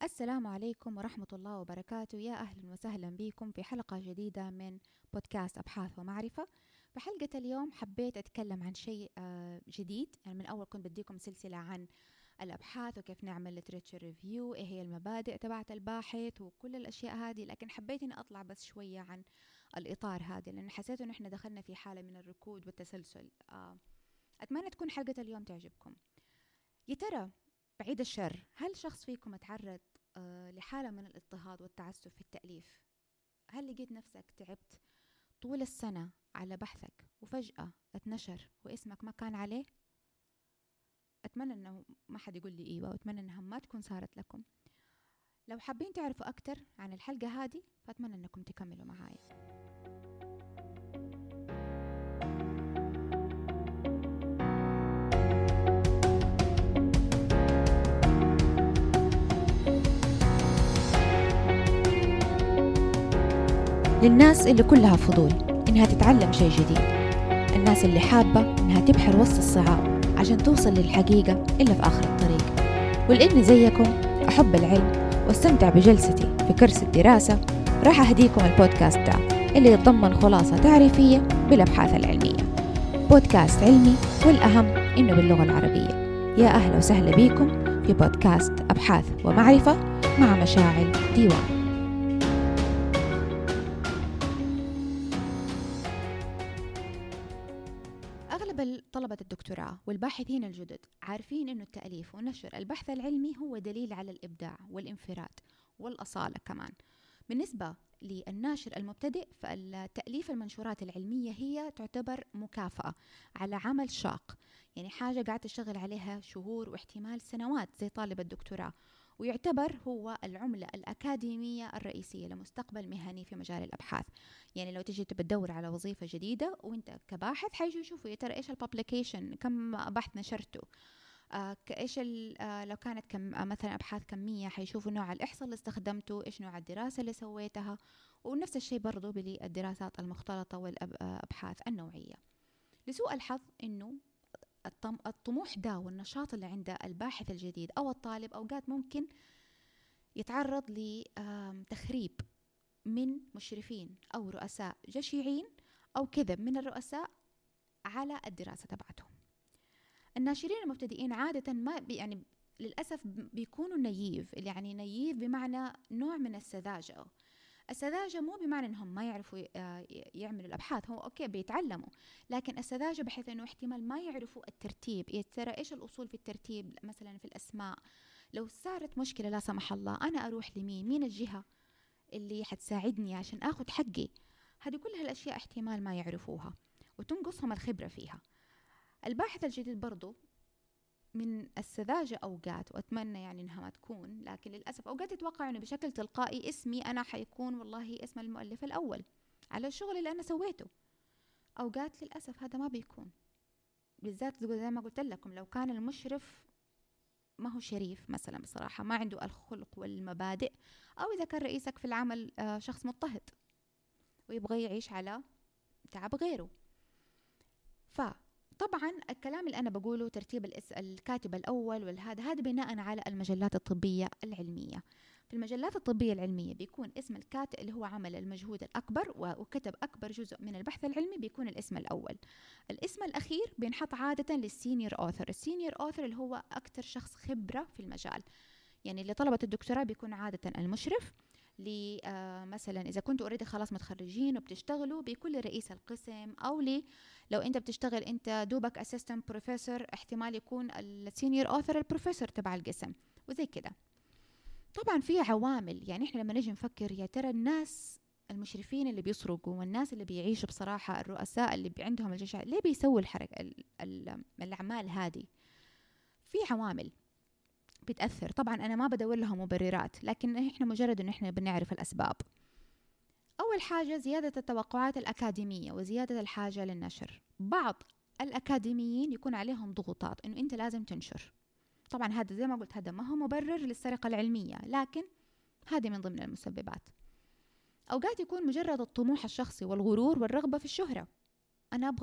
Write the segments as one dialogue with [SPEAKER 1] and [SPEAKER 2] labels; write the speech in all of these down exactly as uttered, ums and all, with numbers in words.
[SPEAKER 1] السلام عليكم ورحمة الله وبركاته. يا أهلا وسهلا بكم في حلقة جديدة من بودكاست أبحاث ومعرفة. في حلقة اليوم حبيت أتكلم عن شيء آه جديد. يعني من أول كنت بديكم سلسلة عن الأبحاث وكيف نعمل literature review، إيه هي المبادئ تبعت الباحث وكل الأشياء هذه، لكن حبيت أن أطلع بس شوية عن الإطار هذا لأن حسيت أن إحنا دخلنا في حالة من الركود والتسلسل. آه أتمنى تكون حلقة اليوم تعجبكم. يا ترى بعيد الشر، هل شخص فيكم تعرض آه لحالة من الاضطهاد والتعسف في التأليف؟ هل لقيت نفسك تعبت طول السنة على بحثك وفجأة اتنشر واسمك ما كان عليه؟ أتمنى أنه ما حد يقول لي إيوه، وأتمنى أنها ما تكون صارت لكم. لو حابين تعرفوا أكتر عن الحلقة هذه فأتمنى أنكم تكملوا معايا. للناس اللي كلها فضول إنها تتعلم شيء جديد، الناس اللي حابة إنها تبحر وسط الصعاب عشان توصل للحقيقة إلا في آخر الطريق، ولإني زيكم أحب العلم واستمتع بجلستي في كرسي الدراسة، راح أهديكم البودكاست ده اللي يتضمن خلاصة تعريفية بالأبحاث العلمية. بودكاست علمي، والأهم إنه باللغة العربية. يا أهلا وسهلا بكم في بودكاست أبحاث ومعرفة مع مشاعل ديوان. أغلب طلبة الدكتوراه والباحثين الجدد عارفين أن التأليف ونشر البحث العلمي هو دليل على الإبداع والانفراد والأصالة كمان. بالنسبة للناشر المبتدئ، فالتأليف المنشورات العلمية هي تعتبر مكافأة على عمل شاق، يعني حاجة قاعد تشتغل عليها شهور واحتمال سنوات زي طالب الدكتوراه، ويعتبر هو العملة الأكاديمية الرئيسية لمستقبل مهني في مجال الأبحاث. يعني لو تجي تبدور على وظيفة جديدة وانت كباحث، حيجوا يشوفوا يا ترى ايش الببليكيشن، كم بحث نشرته، آه ايش آه لو كانت كم آه مثلا ابحاث كمية، حيشوفوا نوع الاحصاء اللي استخدمته، ايش نوع الدراسة اللي سويتها، ونفس الشيء برضو بالدراسات المختلطة والابحاث النوعية. لسوء الحظ انه الطموح ده والنشاط اللي عند الباحث الجديد او الطالب اوقات ممكن يتعرض لتخريب من مشرفين أو رؤساء جشعين أو كذب من الرؤساء على الدراسة تبعتهم. الناشرين المبتدئين عادة ما بي يعني للأسف بيكونوا نييف، يعني نييف بمعنى نوع من السذاجة. السذاجة مو بمعنى أنهم ما يعرفوا يعملوا الأبحاث، هو أوكي بيتعلموا، لكن السذاجة بحيث أنه احتمال ما يعرفوا الترتيب. يا ترى إيش الأصول في الترتيب مثلا في الأسماء؟ لو صارت مشكلة لا سمح الله، أنا أروح لمين؟ مين الجهة اللي حتساعدني عشان أخذ حقي؟ هذه كلها الأشياء احتمال ما يعرفوها وتنقصهم الخبرة فيها. الباحث الجديد برضو من السذاجة أوقات، وأتمنى يعني إنها ما تكون، لكن للأسف أوقات يتوقع إنه بشكل تلقائي اسمي أنا حيكون والله اسم المؤلف الأول على الشغل اللي أنا سويته. أوقات للأسف هذا ما بيكون، بالذات زي ما قلت لكم لو كان المشرف ما هو شريف مثلا، بصراحة ما عنده الخلق والمبادئ، أو إذا كان رئيسك في العمل شخص مضطهد ويبغى يعيش على تعب غيره. فطبعا الكلام اللي أنا بقوله ترتيب الكاتب الأول والهذا هذا بناء على المجلات الطبية العلمية. في المجلات الطبية العلمية بيكون اسم الكاتب اللي هو عمل المجهود الأكبر وكتب أكبر جزء من البحث العلمي بيكون الاسم الأول. الاسم الأخير بينحط عادة للسينيور أوثر. السينيور أوثر اللي هو أكتر شخص خبرة في المجال، يعني لطلبة الدكتوراه بيكون عادة المشرف، لي آه مثلا إذا كنتوا أوريدي خلاص متخرجين وبتشتغلوا بيكون لرئيس القسم، أو لي لو أنت بتشتغل أنت دوبك أسيستنت بروفيسور احتمال يكون السينيور أوثر البروفيسور تبع القسم وزي كده. طبعا في عوامل، يعني إحنا لما نجي نفكر يا ترى الناس المشرفين اللي بيسرقوا والناس اللي بيعيشوا بصراحة الرؤساء اللي عندهم الجشع ليه بيسووا الحركة الأعمال هذه؟ في عوامل بتأثر. طبعا أنا ما بدور لها مبررات، لكن إحنا مجرد إن إحنا بنعرف الأسباب. أول حاجة زيادة التوقعات الأكاديمية وزيادة الحاجة للنشر. بعض الأكاديميين يكون عليهم ضغوطات إنه أنت لازم تنشر. طبعا هذا زي ما قلت هذا ما هو مبرر للسرقة العلمية، لكن هذه من ضمن المسببات. أوقات يكون مجرد الطموح الشخصي والغرور والرغبة في الشهرة. أنا أبغى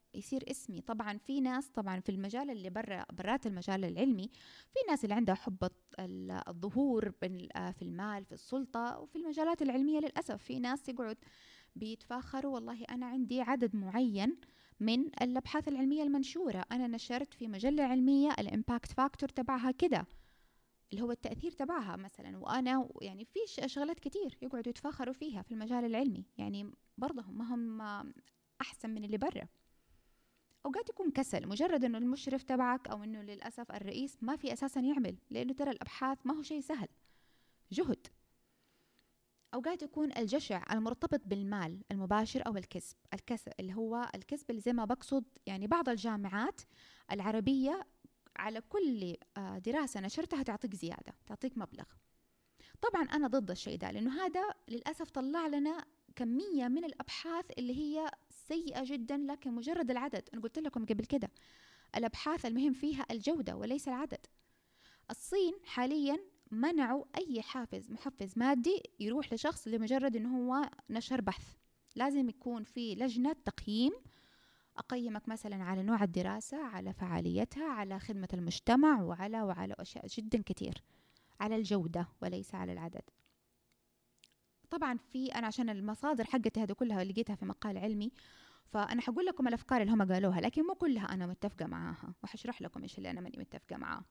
[SPEAKER 1] يصير اسمي. طبعا في ناس طبعا في المجال اللي برا برات المجال العلمي، في ناس اللي عندها حب الظهور في المال في السلطة، وفي المجالات العلمية للأسف في ناس يقعد بيتفاخروا والله أنا عندي عدد معين من الأبحاث العلمية المنشورة، أنا نشرت في مجلة علمية الإمباكت فاكتور تبعها كده، اللي هو التأثير تبعها مثلا، وأنا يعني في شغلات كتير يقعدوا يتفاخروا فيها في المجال العلمي، يعني برضهم ما هم أحسن من اللي برا. أوقات يكون كسل، مجرد أنه المشرف تبعك أو أنه للأسف الرئيس ما في أساسا يعمل، لأنه ترى الأبحاث ما هو شيء سهل، جهد. أوقات يكون الجشع المرتبط بالمال المباشر أو الكسب، الكسب اللي هو الكسب اللي زي ما بقصد، يعني بعض الجامعات العربية على كل دراسة نشرتها تعطيك زيادة، تعطيك مبلغ. طبعا أنا ضد الشيء ده، لأنه هذا للأسف طلع لنا كمية من الأبحاث اللي هي سيئة جدا، لكن مجرد العدد. أنا قلت لكم قبل كده الأبحاث المهم فيها الجودة وليس العدد. الصين حاليا منعوا أي حافز محفز مادي يروح لشخص لمجرد أنه هو نشر بحث، لازم يكون في لجنة تقييم أقيمك مثلا على نوع الدراسة، على فعاليتها، على خدمة المجتمع، وعلى وعلى أشياء جدا كتير، على الجودة وليس على العدد. طبعا في أنا عشان المصادر حقتي هذه كلها لقيتها في مقال علمي، فأنا حقول لكم الأفكار اللي هم قالوها، لكن مو كلها أنا متفقة معاها، وحشرح لكم إيش اللي أنا ماني متفقة معاه.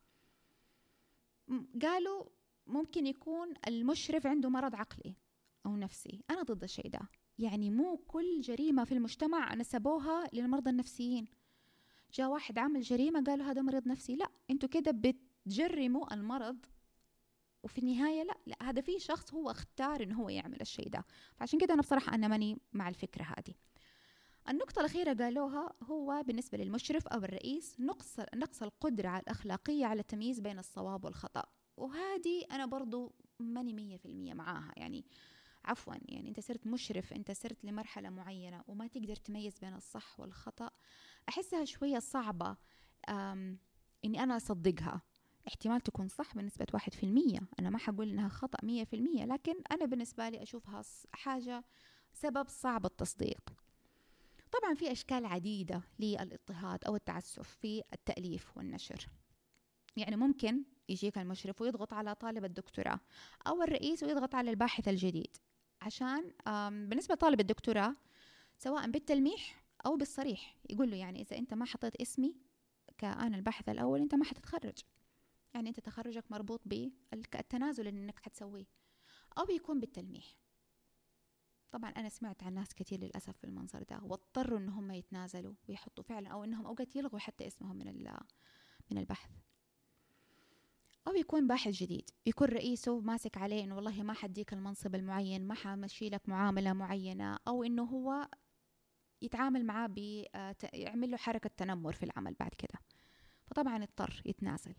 [SPEAKER 1] قالوا ممكن يكون المشرف عنده مرض عقلي أو نفسي. أنا ضد الشيء ده، يعني مو كل جريمة في المجتمع نسبوها للمرضى النفسيين. جاء واحد عمل جريمة قالوا هذا مريض نفسي، لا، انتوا كده بتجرموا المرض، وفي النهاية لا, لا هذا في شخص هو اختار انه هو يعمل الشيء ده. فعشان كده أنا بصراحة أنا ماني مع الفكرة هذه. النقطة الأخيرة قالوها هو بالنسبة للمشرف أو الرئيس نقص نقص القدرة الأخلاقية على التمييز بين الصواب والخطأ، وهذه أنا برضو ماني مية في المية معاها. يعني عفوا، يعني أنت صرت مشرف، أنت صرت لمرحلة معينة وما تقدر تميز بين الصح والخطأ، أحسها شوية صعبة إني أنا أصدقها. احتمال تكون صح بنسبة واحد في المية، أنا ما حقول إنها خطأ مية في المية، لكن أنا بالنسبة لي أشوفها حاجة سبب صعب التصديق. طبعا في أشكال عديدة للاضطهاد أو التعسف في التأليف والنشر. يعني ممكن يجيك المشرف ويضغط على طالب الدكتوراه، أو الرئيس ويضغط على الباحث الجديد، عشان بالنسبة لطالب الدكتوراه سواء بالتلميح أو بالصريح يقول له يعني إذا أنت ما حطيت اسمي كأنا الباحث الأول أنت ما حتتخرج، يعني أنت تخرجك مربوط بالتنازل اللي إنك حتسويه، أو بيكون بالتلميح. طبعا أنا سمعت عن ناس كتير للأسف في المنظر ده واضطروا إن هم يتنازلوا ويحطوا فعلا، أو إنهم أوقات يلغوا حتى اسمهم من من البحث. أو يكون باحث جديد يكون رئيسه ماسك عليه إنه والله ما حديك المنصب المعين، ما حمشي لك معاملة معينة، أو إنه هو يتعامل معاه بيعمل له حركة تنمر في العمل بعد كده، فطبعا اضطر يتنازل.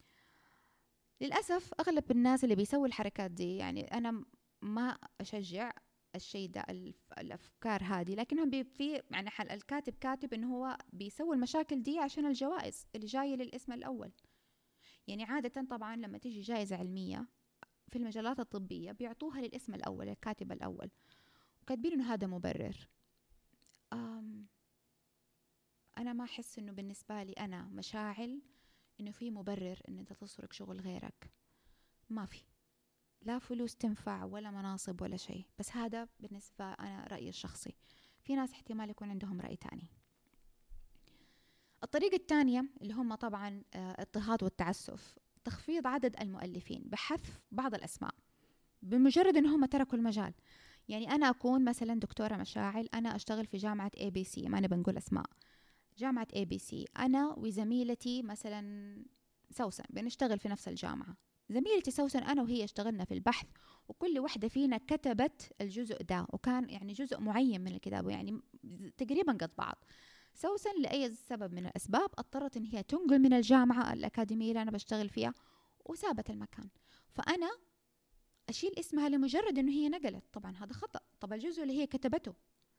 [SPEAKER 1] للأسف أغلب الناس اللي بيسوي الحركات دي، يعني أنا ما أشجع الشيء ده الأفكار هذه، لكنهم في يعني حل الكاتب كاتب إنه هو بيسوي المشاكل دي عشان الجوائز اللي جاية للاسم الأول. يعني عادة طبعا لما تيجي جائزة علمية في المجالات الطبية بيعطوها للاسم الأول، الكاتب الأول، وكاتبين إنه هذا مبرر. أم أنا ما أحس إنه بالنسبة لي أنا مشاعل إنه في مبرر إن أنت تسرق شغل غيرك، ما في، لا فلوس تنفع ولا مناصب ولا شيء. بس هذا بالنسبة أنا رأيي الشخصي، في ناس احتمال يكون عندهم رأي تاني. الطريقة الثانية اللي هم طبعا اضطهاد والتعسف، تخفيض عدد المؤلفين بحذف بعض الأسماء بمجرد إن هم تركوا المجال. يعني أنا أكون مثلا دكتورة مشاعل، أنا أشتغل في جامعة اي بي سي، ما نبي نقول أسماء، جامعة اي بي سي، أنا وزميلتي مثلا سوسن بنشتغل في نفس الجامعة. زميلتي سوسن أنا وهي اشتغلنا في البحث، وكل واحدة فينا كتبت الجزء ده، وكان يعني جزء معين من الكتاب، يعني تقريبا قد بعض. سوسن لأي سبب من الأسباب اضطرت إن هي تنقل من الجامعة الأكاديمية اللي أنا بشتغل فيها وسابت المكان، فأنا أشيل اسمها لمجرد إنه هي نقلت. طبعا هذا خطأ. طب الجزء اللي هي كتبته،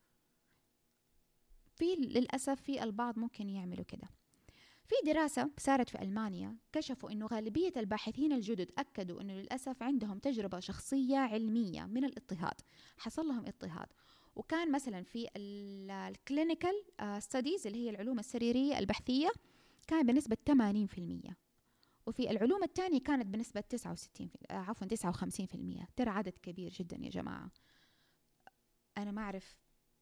[SPEAKER 1] في للأسف في البعض ممكن يعملوا كده. في دراسة صارت في ألمانيا كشفوا إنه غالبية الباحثين الجدد أكدوا إنه للأسف عندهم تجربة شخصية علمية من الاضطهاد، حصل لهم اضطهاد، وكان مثلا في الكلينيكال ستاديز اللي هي العلوم السريرية البحثية كان بنسبة ثمانين بالمئة، وفي العلوم الثانية كانت بنسبة تسعة وستين عفوا تسعة وخمسين بالمئة. ترى عدد كبير جدا يا جماعة. أنا ما أعرف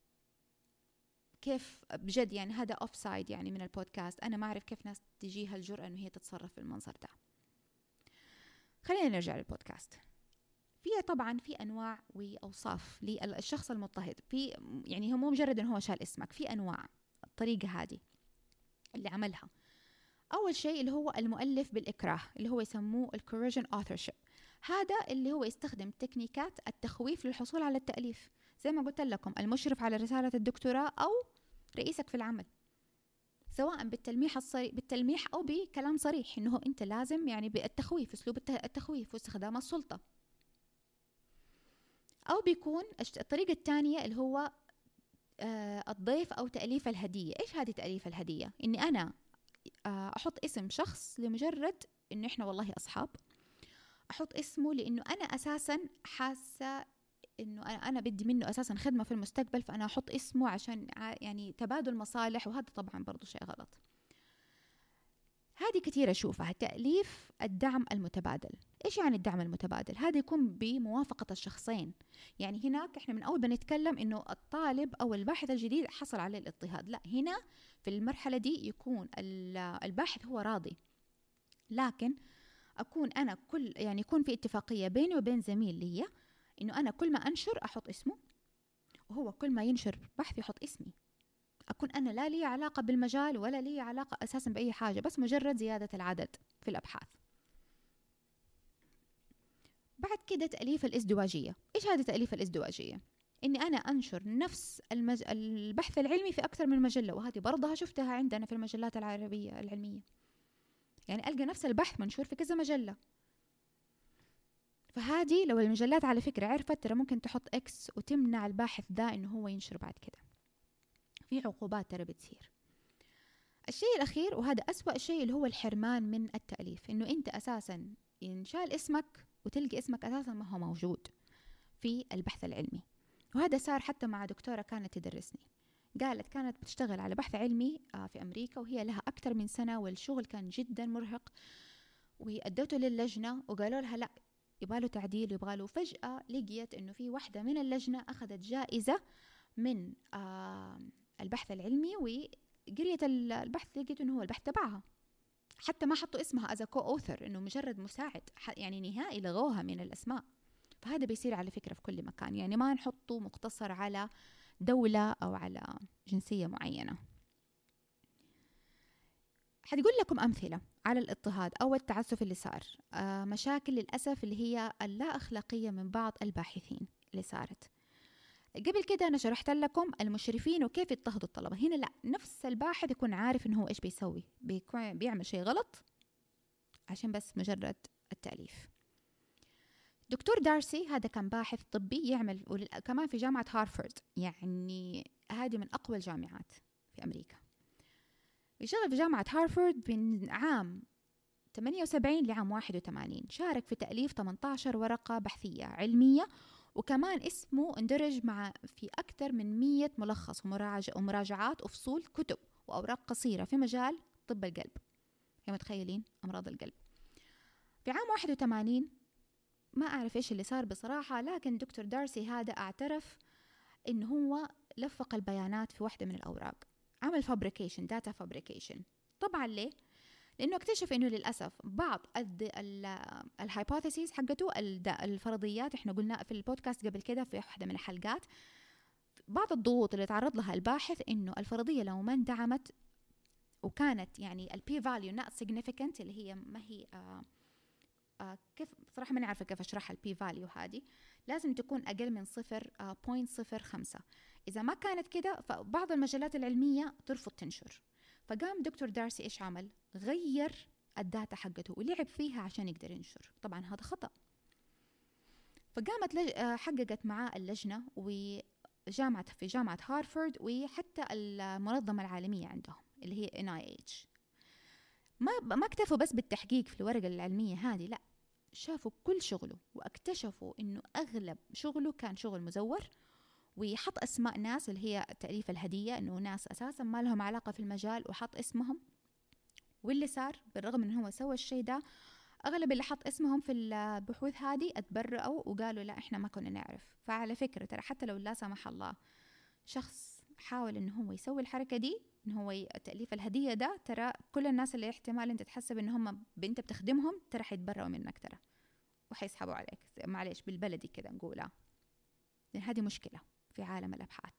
[SPEAKER 1] كيف بجد، يعني هذا أوف سايد يعني من البودكاست، أنا ما أعرف كيف ناس تجيها الجرأة إنه هي تتصرف بالمنظر ده. خلينا نرجع للبودكاست. في طبعا في أنواع وأوصاف للشخص المضطهد، في يعني هو مو مجرد إنه هو شال اسمك، في أنواع. الطريقة هذه اللي عملها، أول شيء اللي هو المؤلف بالإكراه، اللي هو يسموه الكوريجن authorship. هذا اللي هو يستخدم تكنيكات التخويف للحصول على التأليف، زي ما قلت لكم المشرف على رسالة الدكتوراه أو رئيسك في العمل، سواء بالتلميح الصريح بالتلميح أو بكلام صريح إنه أنت لازم، يعني بالتخويف، أسلوب التخويف واستخدام السلطة. أو بيكون الطريقة الثانية اللي هو آه الضيف أو تأليف الهدية. إيش هذه تأليف الهدية؟ إني أنا آه أحط اسم شخص لمجرد إنه إحنا والله أصحاب، أحط اسمه لأنه أنا أساسا حاسة إنه أنا أنا بدي منه أساسا خدمة في المستقبل، فأنا أحط اسمه عشان يعني تبادل مصالح، وهذا طبعا برضو شيء غلط. هذه كثير أشوفها. تأليف الدعم المتبادل. إيش يعني الدعم المتبادل؟ هذا يكون بموافقة الشخصين. يعني هناك إحنا من أول بنتكلم إنه الطالب أو الباحث الجديد حصل عليه الاضطهاد، لا، هنا في المرحلة دي يكون الباحث هو راضي، لكن أكون أنا كل يعني يكون في اتفاقية بيني وبين زميل لي إنه أنا كل ما أنشر أحط اسمه، وهو كل ما ينشر بحث يحط اسمي. أكون أنا لا لي علاقة بالمجال ولا لي علاقة أساسا بأي حاجة، بس مجرد زيادة العدد في الأبحاث. بعد كده تأليف الإزدواجية. إيش هذا تأليف الإزدواجية؟ إني أنا أنشر نفس المج... البحث العلمي في أكثر من مجلة، وهذه برضها شفتها عندنا في المجلات العربية العلمية. يعني ألقى نفس البحث منشور في كذا مجلة. فهذه لو المجلات على فكرة عرفت، ترى ممكن تحط إكس وتمنع الباحث ده إنه هو ينشر بعد كده. في عقوبات ترى بتصير. الشيء الأخير وهذا أسوأ شيء اللي هو الحرمان من التأليف، إنه أنت أساساً ينشال اسمك وتلقي اسمك أساساً ما هو موجود في البحث العلمي. وهذا صار حتى مع دكتورة كانت تدرسني، قالت كانت بتشتغل على بحث علمي في أمريكا وهي لها أكثر من سنة، والشغل كان جداً مرهق، وأدته للجنة وقالوا لها لا يبغاله تعديل يبغاله. فجأة لقيت إنه في واحدة من اللجنة أخذت جائزة من آه البحث العلمي، وقريت البحث لقيت إنه هو البحث تبعها، حتى ما حطوا اسمها as a co-author، إنه مجرد مساعد، يعني نهائي لغوها من الأسماء. فهذا بيصير على فكرة في كل مكان، يعني ما نحطه مقتصر على دولة أو على جنسية معينة. حتقول لكم أمثلة على الاضطهاد أو التعسف اللي صار. آه مشاكل للأسف اللي هي اللا أخلاقية من بعض الباحثين اللي صارت. قبل كده أنا شرحت لكم المشرفين وكيف يضطهدوا الطلبة. هنا لا، نفس الباحث يكون عارف إنه هو إيش بيسوي، بيكون بيعمل شيء غلط عشان بس مجرد التأليف. دكتور دارسي هذا كان باحث طبي يعمل كمان في جامعة هارفارد، يعني هذه من أقوى الجامعات في أمريكا. يشتغل في جامعة هارفارد من عام ثمانية وسبعين لعام واحد وثمانين. شارك في تأليف ثمانية عشر ورقة بحثية علمية، وكمان اسمه اندرج مع في أكثر من مية ملخص ومراجع ومراجعات وفصول كتب وأوراق قصيرة في مجال طب القلب. هم متخيلين أمراض القلب. في عام واحد وثمانين ما أعرف إيش اللي صار بصراحة، لكن دكتور دارسي هذا اعترف إنه هو لفق البيانات في واحدة من الأوراق، عمل فابريكيشن داتا فابريكيشن. طبعا ليه؟ لأنه اكتشف إنه للأسف بعض الهايبوثيسيز حقته الفرضيات، إحنا قلنا في البودكاست قبل كده في واحدة من الحلقات، بعض الضغوط اللي تعرض لها الباحث إنه الفرضية لو ما اندعمت وكانت يعني البي فاليو not significant، اللي هي ما هي آه آه كيف صراحة ما نعرف كيف أشرحها البي فاليو هذه، لازم تكون أقل من صفر آه بوينت صفر خمسة. إذا ما كانت كده فبعض المجلات العلمية ترفض تنشر. فقام دكتور دارسي إيش عمل؟ غير الداتا حقته ولعب فيها عشان يقدر ينشر. طبعا هذا خطأ. فقامت لج... حققت معاه اللجنة وجامعة في جامعة هارفارد وحتى المنظمة العالمية عندهم اللي هي إن آي إتش. ما ما اكتفوا بس بالتحقيق في الورقة العلمية هذه، لا، شافوا كل شغله واكتشفوا إنه أغلب شغله كان شغل مزور، ويحط أسماء ناس اللي هي تأليف الهدية، إنه ناس أساسا ما لهم علاقة في المجال وحط اسمهم. واللي صار بالرغم إنه هو سوى الشيء ده، أغلب اللي حط اسمهم في البحوث هذه اتبرأوا وقالوا لا إحنا ما كنا نعرف. فعلى فكرة ترى حتى لو لا سمح الله شخص حاول إنه هو يسوي الحركة دي، إنه هو تأليف الهدية ده، ترى كل الناس اللي احتمال أنت تحسب إن هم أنت بتخدمهم ترى حيتبرأوا منك ترى، وحيسحبوا عليك، معليش بالبلدي كده نقولها، لأن هذه مشكلة في عالم الأبحاث.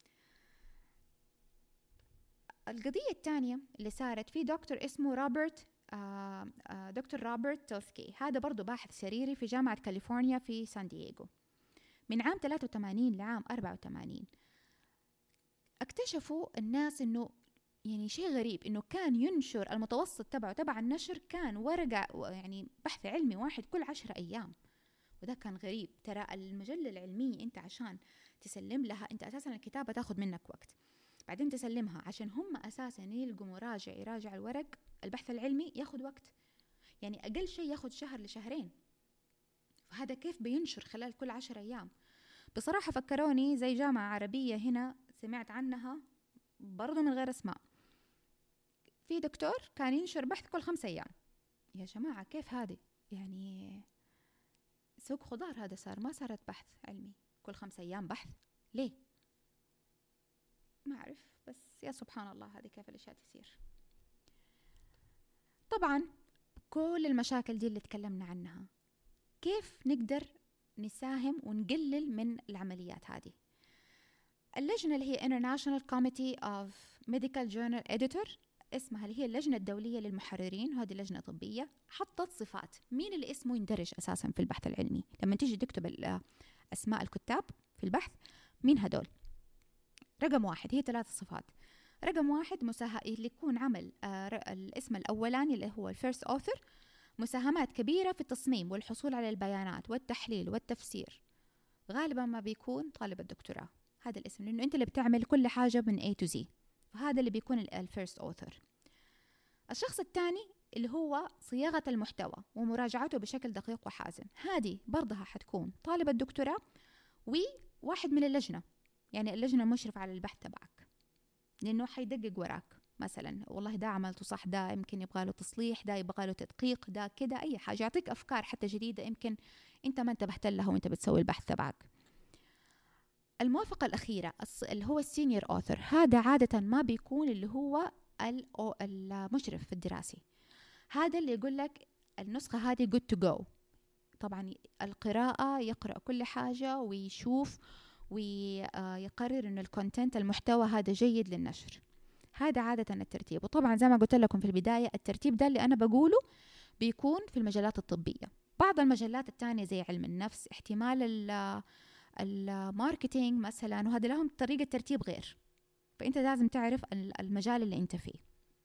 [SPEAKER 1] القضية الثانية اللي صارت في دكتور اسمه روبرت آه آه دكتور روبرت توسكي، هذا برضو باحث سريري في جامعة كاليفورنيا في سان دييغو. من عام ثلاثة وثمانين لعام أربعة وثمانين اكتشفوا الناس انه يعني شيء غريب، انه كان ينشر المتوسط تبعه تبع النشر كان ورقة يعني بحث علمي واحد كل عشرة ايام. وده كان غريب. ترى المجلة العلمية انت عشان تسلم لها، انت اساسا الكتابة تاخذ منك وقت، بعدين تسلمها عشان هم اساسا يلقوا مراجع يراجع الورق. البحث العلمي ياخذ وقت، يعني اقل شيء ياخذ شهر لشهرين. فهذا كيف بينشر خلال كل عشر ايام؟ بصراحة فكروني زي جامعة عربية هنا سمعت عنها برضو من غير اسماء، في دكتور كان ينشر بحث كل خمسة أيام. يا جماعة كيف هذه؟ يعني سوق خضار هذا صار، ما صارت بحث علمي كل خمسة أيام بحث. ليه؟ ما أعرف، بس يا سبحان الله هذه كيف الأشياء تصير. طبعا كل المشاكل دي اللي تكلمنا عنها كيف نقدر نساهم ونقلل من العمليات هذه؟ اللجنة اللي هي International Committee of Medical Journal Editor، اسمها اللي هي اللجنة الدولية للمحررين، وهذه لجنة طبية، حطت صفات مين اللي اسمه يندرج أساسا في البحث العلمي. لما تيجي تكتب أسماء الكتاب في البحث مين هدول؟ رقم واحد هي ثلاث صفات. رقم واحد مساهمة، اللي يكون عمل آه الاسم الأولاني اللي هو الفيرست أوثر، مساهمات كبيرة في التصميم والحصول على البيانات والتحليل والتفسير. غالبا ما بيكون طالب الدكتوراه هذا الاسم، لأنه أنت اللي بتعمل كل حاجة من A to Z، فهذا اللي بيكون الفيرست أوثر. الشخص الثاني اللي هو صياغة المحتوى ومراجعته بشكل دقيق وحازم، هذه برضها حتكون طالب الدكتوراه وواحد من اللجنة، يعني اللجنة المشرفة على البحث تبعك، لأنه حيدقق وراك مثلا والله ده عملته صح، ده يمكن يبغى له تصليح، ده يبغى له تدقيق، ده كده أي حاجة، يعطيك أفكار حتى جديدة يمكن أنت ما انتبهت لها وأنت بتسوي البحث تبعك. الموافقة الأخيرة اللي هو السينيور أوثر، هذا عادة ما بيكون اللي هو المشرف في الدراسي، هذا اللي يقول لك النسخة هذه good to go. طبعا القراءة يقرأ كل حاجة ويشوف ويقرر إن الكونتنت المحتوى هذا جيد للنشر. هذا عادة الترتيب. وطبعا زي ما قلت لكم في البداية الترتيب ده اللي أنا بقوله بيكون في المجالات الطبية. بعض المجالات التانية زي علم النفس، احتمال الماركتينج مثلا، وهذا لهم طريقة ترتيب غير، فأنت لازم تعرف المجال اللي أنت فيه.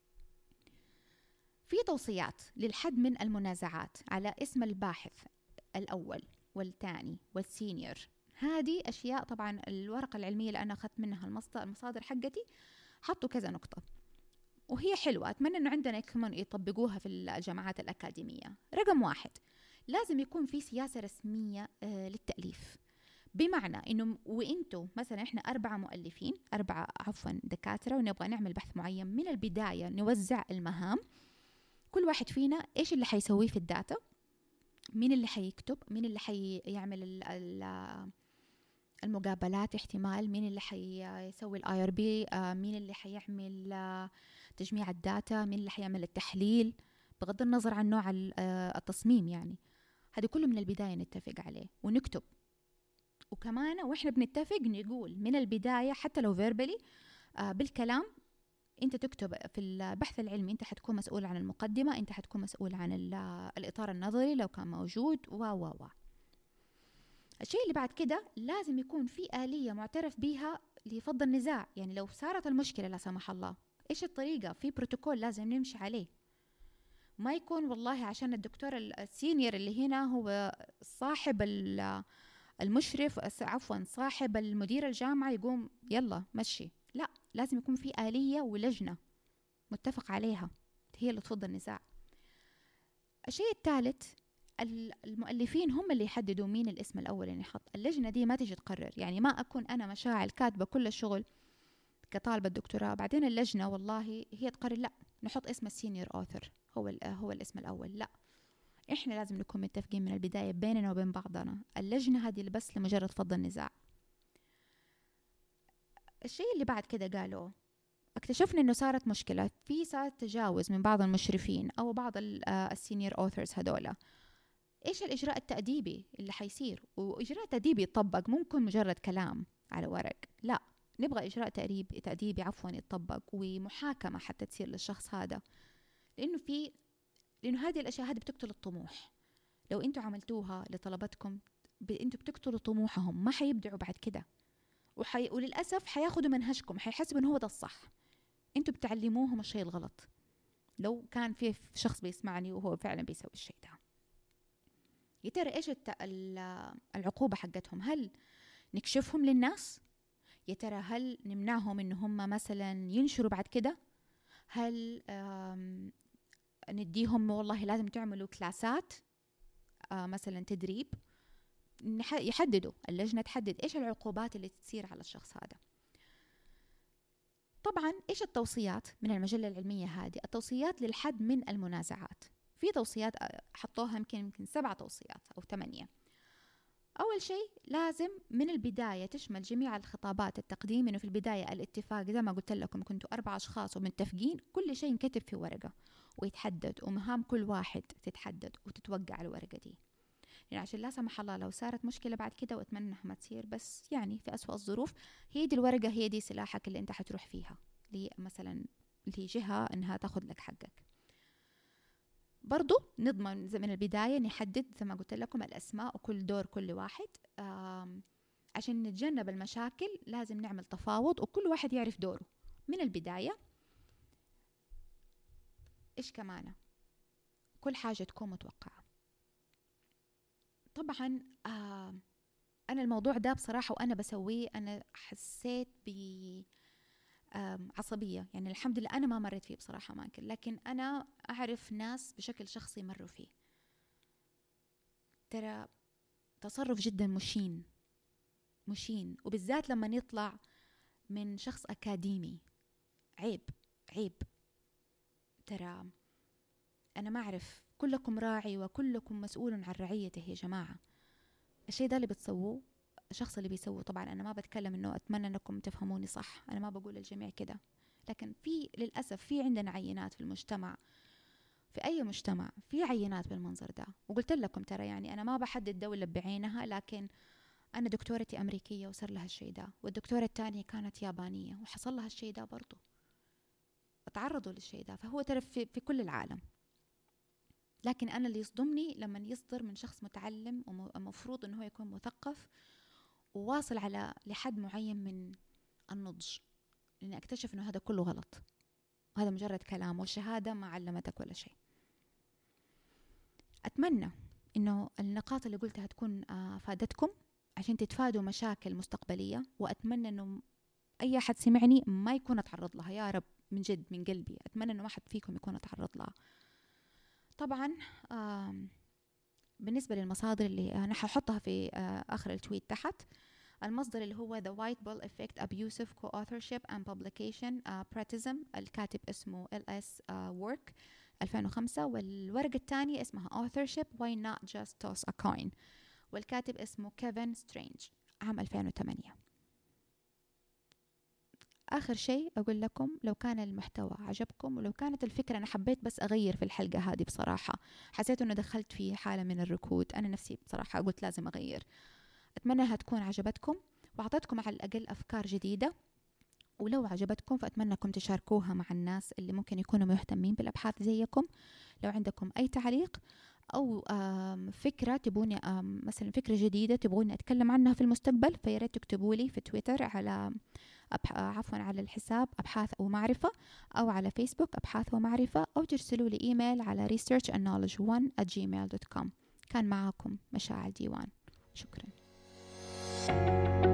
[SPEAKER 1] في توصيات للحد من المنازعات على اسم الباحث الأول والثاني والسينيور. هذه أشياء طبعا الورقة العلمية اللي أنا أخذت منها المصادر حقتي حطوا كذا نقطة وهي حلوة، أتمنى أنه عندنا كمان يطبقوها في الجامعات الأكاديمية. رقم واحد، لازم يكون في سياسة رسمية آه للتأليف، بمعنى إنه وإنتوا مثلا إحنا أربعة مؤلفين، أربعة عفوا دكاترة، ونبغى نعمل بحث معين، من البداية نوزع المهام، كل واحد فينا إيش اللي حيسويه في الداتا، مين اللي حيكتب، مين اللي حيعمل المقابلات احتمال، مين اللي حيسوي الاي ار بي، مين اللي حيعمل تجميع الداتا، مين اللي حيعمل التحليل، بغض النظر عن نوع التصميم. يعني هذا كله من البداية نتفق عليه ونكتب. وكمان واحنا بنتفق نقول من البداية حتى لو فيربلي بالكلام، انت تكتب في البحث العلمي انت حتكون مسؤول عن المقدمة، انت حتكون مسؤول عن الإطار النظري لو كان موجود و و و الشيء اللي بعد كده لازم يكون في آلية معترف بها لفض النزاع. يعني لو صارت المشكلة لا سمح الله، إيش الطريقة؟ في بروتوكول لازم نمشي عليه، ما يكون والله عشان الدكتور السينيور اللي هنا هو صاحب المشرف عفوا صاحب المدير الجامعة يقوم يلا مشي. لا، لازم يكون في آلية ولجنة متفق عليها هي اللي تفض النزاع. الشيء الثالث، المؤلفين هم اللي يحددوا مين الاسم الأول اللي يحط. اللجنة دي ما تيجي تقرر، يعني ما أكون أنا مشاعل كاتبة كل الشغل كطالبة دكتوراه بعدين اللجنة والله هي تقرر لا نحط اسم السينيور أوثر هو هو الاسم الأول. لا، إحنا لازم نكون متفقين من البداية بيننا وبين بعضنا. اللجنة هذه بس لمجرد فض النزاع. الشيء اللي بعد كده قالوا اكتشفنا إنه صارت مشكلة في صارت تجاوز من بعض المشرفين أو بعض السينيور أوثرز هذولا. إيش الإجراء التأديبي اللي حيصير؟ وإجراء تأديبي يطبق ممكن مجرد كلام على ورق، لا نبغى إجراء تأديبي تأديبي عفوا يطبق ومحاكمة حتى تصير للشخص هذا. لأنه في لأنه هذه الأشياء هذه بتقتل الطموح. لو أنتوا عملتوها لطلبتكم ب... أنتوا بتقتلوا طموحهم، ما حيبدعوا بعد كده وحي... وللأسف حياخدوا منهجكم، حيحسبوا إنه هو ده الصح. أنتوا بتعلموهم الشيء الغلط. لو كان في شخص بيسمعني وهو فعلا بيسوي الشيء ده، يا ترى إيش الت... العقوبة حقتهم؟ هل نكشفهم للناس؟ يا ترى هل نمنعهم إن هم مثلا ينشروا بعد كده؟ هل نديهم والله لازم تعملوا كلاسات مثلا تدريب؟ يحددوا اللجنة تحدد إيش العقوبات اللي تصير على الشخص هذا. طبعا إيش التوصيات من المجلة العلمية هذه؟ التوصيات للحد من المنازعات. في توصيات حطوها يمكن يمكن سبع توصيات أو ثمانية. أول شيء لازم من البداية تشمل جميع الخطابات التقديم، إنه في البداية الاتفاق زي ما قلت لكم كنتوا أربع أشخاص ومتفقين كل شيء ينكتب في ورقة ويتحدد، ومهام كل واحد تتحدد وتتوقع الورقة دي، يعني عشان لا سمح الله لو صارت مشكلة بعد كده، وأتمنى إنها ما تصير، بس يعني في أسوأ الظروف هي دي الورقة هي دي سلاحك اللي أنت حتروح فيها لي مثلا لجهة إنها تاخذ لك حقك. برضو نضمن من البداية نحدد زي ما قلت لكم الأسماء وكل دور كل واحد. عشان نتجنب المشاكل لازم نعمل تفاوض وكل واحد يعرف دوره من البداية. إيش كمان؟ كل حاجة تكون متوقعة. طبعا آه أنا الموضوع ده بصراحة وأنا بسويه أنا حسيت ب عصبية، يعني الحمد لله أنا ما مريت فيه بصراحة ماكل، لكن أنا أعرف ناس بشكل شخصي مروا فيه. ترى تصرف جدا مشين مشين، وبالذات لما يطلع من شخص أكاديمي. عيب عيب. ترى أنا ما أعرف، كلكم راعي وكلكم مسؤول عن رعيته يا جماعة. الشيء ده اللي بتسووه الشخص اللي بيسوه، طبعا أنا ما بتكلم إنه أتمنى أنكم تفهموني صح، أنا ما بقول الجميع كده، لكن في للأسف في عندنا عينات في المجتمع، في أي مجتمع في عينات بالمنظر ده. وقلت لكم ترى يعني أنا ما بحدد دولة بعينها، لكن أنا دكتورتي أمريكية وصار لها الشيء ده، والدكتورة الثانية كانت يابانية وحصل لها الشيء ده برضو، تعرضوا للشيء ده. فهو ترى في, في كل العالم. لكن أنا اللي يصدمني لما يصدر من شخص متعلم ومفروض أنه يكون مثقف وواصل على لحد معين من النضج، لأني أكتشف أنه هذا كله غلط، وهذا مجرد كلام، والشهادة ما علمتك ولا شيء. أتمنى أنه النقاط اللي قلتها تكون فادتكم عشان تتفادوا مشاكل مستقبلية، وأتمنى أنه أي أحد سمعني ما يكون أتعرض لها، يا رب من جد من قلبي أتمنى أنه واحد فيكم يكون أتعرض لها. طبعا بالنسبة للمصادر اللي أنا ححطها في آخر التويت تحت، المصدر اللي هو The White Ball Effect Abusive Co-Authorship and Publication uh, Pratism، الكاتب اسمه إل إس uh, Work ألفين وخمسة، والورقة الثانية اسمها Authorship Why Not Just Toss a Coin، والكاتب اسمه كيفن سترينج عام ألفين وثمانية. آخر شيء أقول لكم، لو كان المحتوى عجبكم ولو كانت الفكرة، أنا حبيت بس أغير في الحلقة هذه بصراحة، حسيت أنه دخلت في حالة من الركود، أنا نفسي بصراحة قلت لازم أغير. أتمنى أنها تكون عجبتكم وأعطتكم على الأقل أفكار جديدة، ولو عجبتكم فأتمنى أنكم تشاركوها مع الناس اللي ممكن يكونوا مهتمين بالأبحاث زيكم. لو عندكم أي تعليق أو فكرة تبوني مثلا فكرة جديدة تبغوني أتكلم عنها في المستقبل، فياريت تكتبوا لي في تويتر على أبح... عفوا على الحساب أبحاث ومعرفة، أو على فيسبوك أبحاث ومعرفة، أو ترسلوا لي إيميل على research and knowledge one at gmail dot com. كان معاكم مشاعل ديوان، شكرا.